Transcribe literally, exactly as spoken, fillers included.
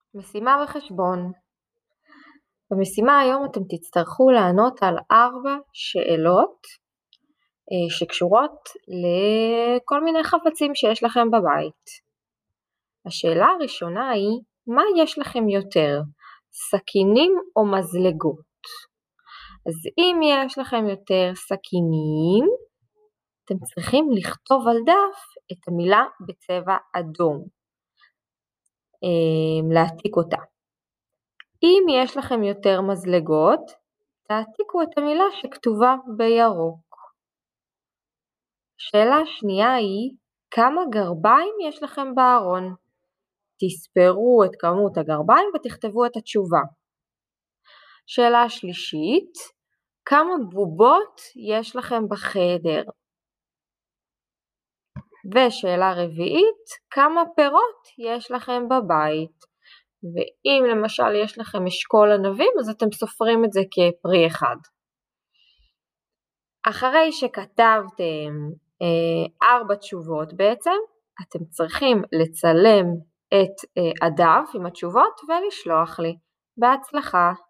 משימה בחשבון. במשימה היום אתם תצטרכו לענות על ארבע שאלות אה, שקשורות לכל מיני חפצים שיש לכם בבית. השאלה הראשונה היא, מה יש לכם יותר, סכינים או מזלגות? אז אם יש לכם יותר סכינים, אתם צריכים לכתוב על דף את המילה בצבע אדום, אה, להעתיק אותה. אם יש לכם יותר מזלגות, תעתיקו את המילה שכתובה בירוק. שאלה שנייה היא, כמה גרביים יש לכם בארון? תספרו את כמות הגרביים ותכתבו את התשובה. שאלה שלישית, כמה בובות יש לכם בחדר? ושאלה רביעית, כמה פירות יש לכם בבית? ואם למשל יש לכם אשכול ענבים, אז אתם סופרים את זה כפרי אחד. אחרי שכתבתם אה, ארבע תשובות בעצם, אתם צריכים לצלם את אה, הדף עם התשובות ולשלוח לי. בהצלחה.